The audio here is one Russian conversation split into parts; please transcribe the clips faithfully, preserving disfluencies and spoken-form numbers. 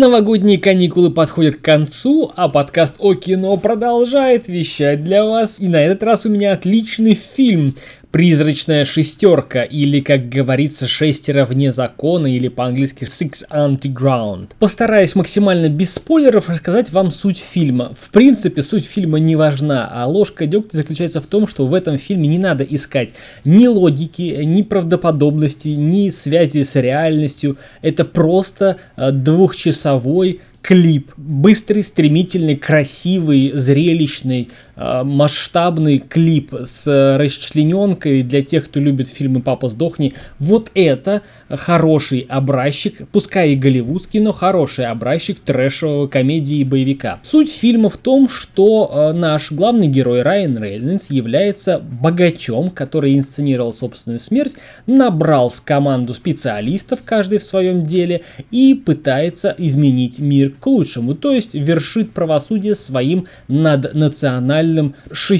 Новогодние каникулы подходят к концу, а подкаст о кино продолжает вещать для вас. И на этот раз у меня отличный фильм «Призрачная шестерка», или, как говорится, «Шестеро вне закона», или по-английски «Six Underground». Постараюсь максимально без спойлеров рассказать вам суть фильма. В принципе, суть фильма не важна, а ложка дегтя заключается в том, что в этом фильме не надо искать ни логики, ни правдоподобности, ни связи с реальностью. Это просто двухчасовой клип. Быстрый, стремительный, красивый, зрелищный, э, масштабный клип с расчлененкой для тех, кто любит фильмы «Папа, сдохни». Вот это хороший образчик, пускай и голливудский, но хороший образчик трэшевого комедии и боевика. Суть фильма в том, что э, наш главный герой Райан Рейнольдс является богачом, который инсценировал собственную смерть, набрал с команду специалистов, каждый в своем деле, и пытается изменить мир к лучшему, то есть вершит правосудие своим наднациональным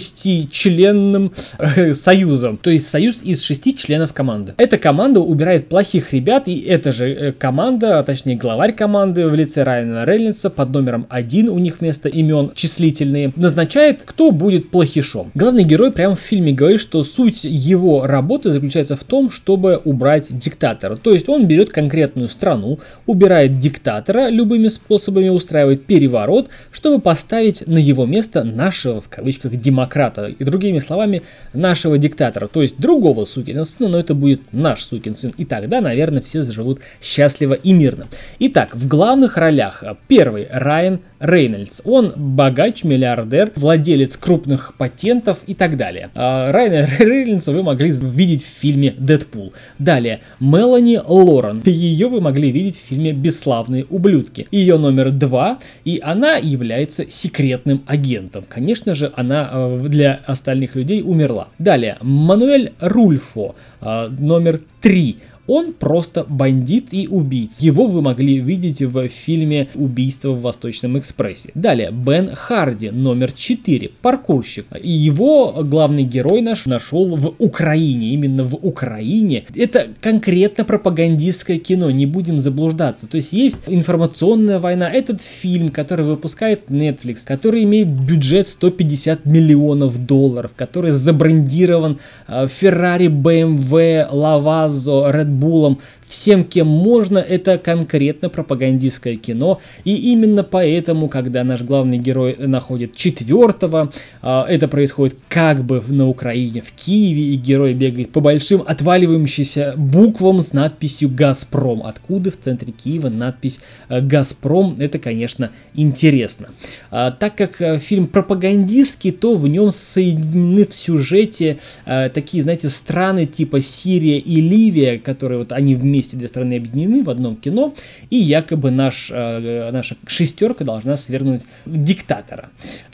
шестичленным э, союзом, то есть союз из шести членов команды. Эта команда убирает плохих ребят, и эта же э, команда, а точнее главарь команды в лице Райана Рейнольдса под номером один, у них вместо имен числительные, назначает, кто будет плохишом. Главный герой прямо в фильме говорит, что суть его работы заключается в том, чтобы убрать диктатора, то есть он берет конкретную страну, убирает диктатора любыми способами, устраивает переворот, чтобы поставить на его место нашего, в кавычках, демократа. И другими словами, нашего диктатора. То есть другого сукина сына, но это будет наш сукин сын. И тогда, наверное, все заживут счастливо и мирно. Итак, в главных ролях первый Райан Рейнольдс. Он богач, миллиардер, владелец крупных патентов и так далее. Райана Рейнольдса вы могли видеть в фильме «Дэдпул». Далее, Мелани Лорен. Ее вы могли видеть в фильме «Бесславные ублюдки». Ее номер два, и она является секретным агентом. Конечно же, она для остальных людей умерла. Далее, Мануэль Рульфо, номер три. Он просто бандит и убийца. Его вы могли видеть в фильме «Убийство в Восточном экспрессе». Далее, Бен Харди, номер четыре, паркурщик. И его главный герой наш нашел в Украине. Именно в Украине. Это конкретно пропагандистское кино, не будем заблуждаться. То есть есть информационная война. Этот фильм, который выпускает Netflix, который имеет бюджет сто пятьдесят миллионов долларов, который забрендирован Ferrari, бэ эм вэ, Lavazzo, Red Буллом, всем, кем можно, это конкретно пропагандистское кино. И именно поэтому, когда наш главный герой находит четвертого, это происходит как бы на Украине, в Киеве, и герой бегает по большим отваливающимся буквам с надписью «Газпром». Откуда в центре Киева надпись «Газпром»? Это, конечно, интересно. Так как фильм пропагандистский, то в нем соединены в сюжете такие, знаете, страны типа Сирия и Ливия, которые вот они вместе, две страны объединены в одном кино, и якобы наш, э, наша шестерка должна свергнуть диктатора.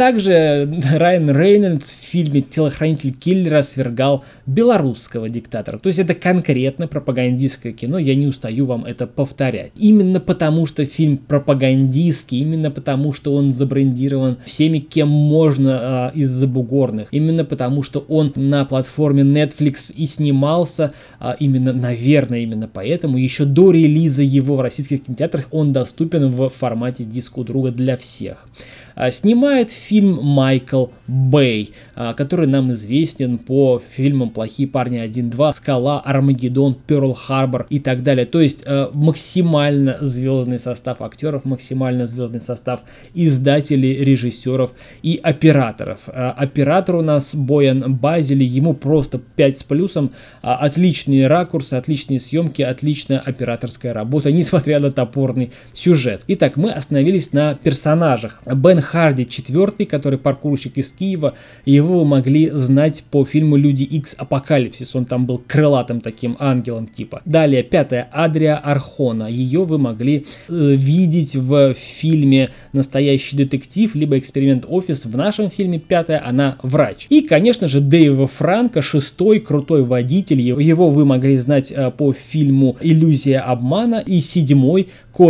Также Райан Рейнольдс в фильме «Телохранитель киллера» свергал белорусского диктатора. То есть это конкретно пропагандистское кино, я не устаю вам это повторять. Именно потому, что фильм пропагандистский, именно потому, что он забрендирован всеми, кем можно э, из забугорных, именно потому, что он на платформе Netflix и снимался, э, именно, наверное, именно поэтому еще до релиза его в российских кинотеатрах он доступен в формате диска у друга для всех. Снимает фильм Майкл Бэй, который нам известен по фильмам «Плохие парни один-два», «Скала», «Армагеддон», «Пёрл-Харбор» и так далее. То есть максимально звездный состав актеров, максимально звездный состав издателей, режиссеров и операторов. Оператор у нас Боян Базили, ему просто пять с плюсом. Отличные ракурсы, отличные съемки, отличная операторская работа, несмотря на топорный сюжет. Итак, мы остановились на персонажах. Бен Харди четвертый, который паркурщик из Киева, его вы могли знать по фильму «Люди Икс. Апокалипсис», он там был крылатым таким ангелом типа. Далее, пятая, Адрия Архона, ее вы могли э, видеть в фильме «Настоящий детектив», либо «Эксперимент Офис», в нашем фильме пятая, она врач. И, конечно же, Дэйва Франко, шестой, крутой водитель, его вы могли знать э, по фильму «Иллюзия обмана», и седьмой, Кори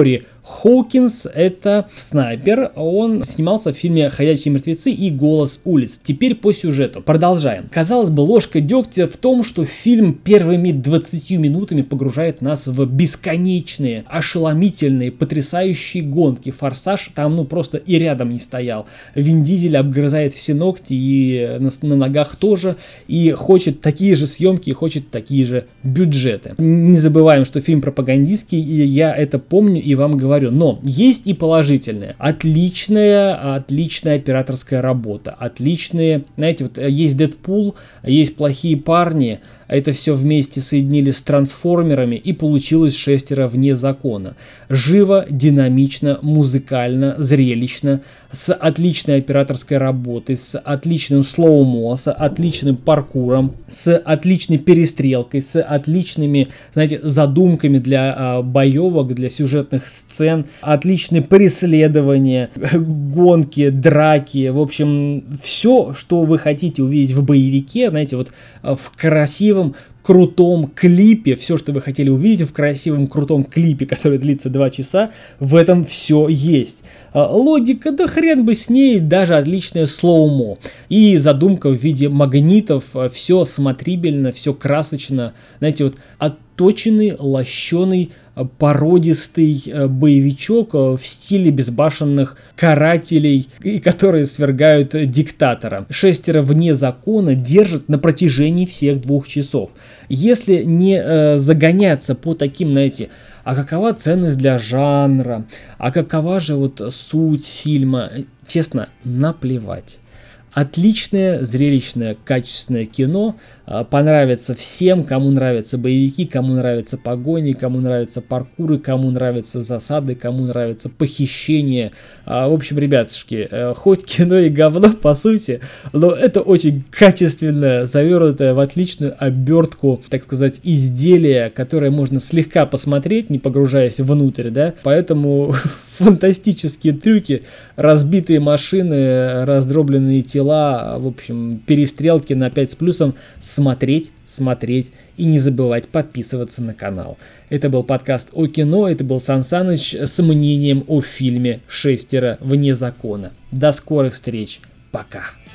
Хоукинс — это снайпер, он снимался в фильме «Ходячие мертвецы» и «Голос улиц». Теперь по сюжету. Продолжаем. Казалось бы, ложка дегтя в том, что фильм первыми двадцатью минутами погружает нас в бесконечные, ошеломительные, потрясающие гонки. «Форсаж» там ну просто и рядом не стоял. Вин Дизель обгрызает все ногти и на, на ногах тоже, и хочет такие же съемки, и хочет такие же бюджеты. Не забываем, что фильм пропагандистский, и я это помню и вам говорю. Но есть и положительное. Отличная, отличная операторская работа. Отличные, знаете, вот есть Дэдпул, есть Плохие парни. Это все вместе соединили с трансформерами, и получилось «Шестеро вне закона». Живо, динамично, музыкально, зрелищно, с отличной операторской работой, с отличным слоумо, с отличным паркуром, с отличной перестрелкой, с отличными, знаете, задумками для а, боевок, для сюжетных сцен, отличные преследования, гонки, драки, в общем, все, что вы хотите увидеть в боевике, знаете, вот в красивом крутом клипе, все, что вы хотели увидеть в красивом крутом клипе, который длится два часа, в этом все есть. Логика, да хрен бы с ней, даже отличное слоумо. И задумка в виде магнитов, все смотрибельно, все красочно. Знаете, вот отточенный, лощеный, породистый боевичок в стиле безбашенных карателей, которые свергают диктатора. «Шестеро вне закона» держит на протяжении всех двух часов. Если не э, загоняться по таким, знаете, а какова ценность для жанра, а какова же вот суть фильма, честно, наплевать. Отличное, зрелищное, качественное кино. Понравится всем, кому нравятся боевики, кому нравятся погони, кому нравятся паркуры, кому нравятся засады, кому нравятся похищения. В общем, ребятушки, хоть кино и говно, по сути, но это очень качественное, завернутое в отличную обертку, так сказать, изделие, которое можно слегка посмотреть, не погружаясь внутрь, да, поэтому фантастические трюки, разбитые машины, раздробленные тела, в общем, перестрелки на пять с плюсом. Смотреть, смотреть и не забывать подписываться на канал. Это был подкаст о кино, это был Сан Саныч с мнением о фильме «Шестеро вне закона». До скорых встреч, пока!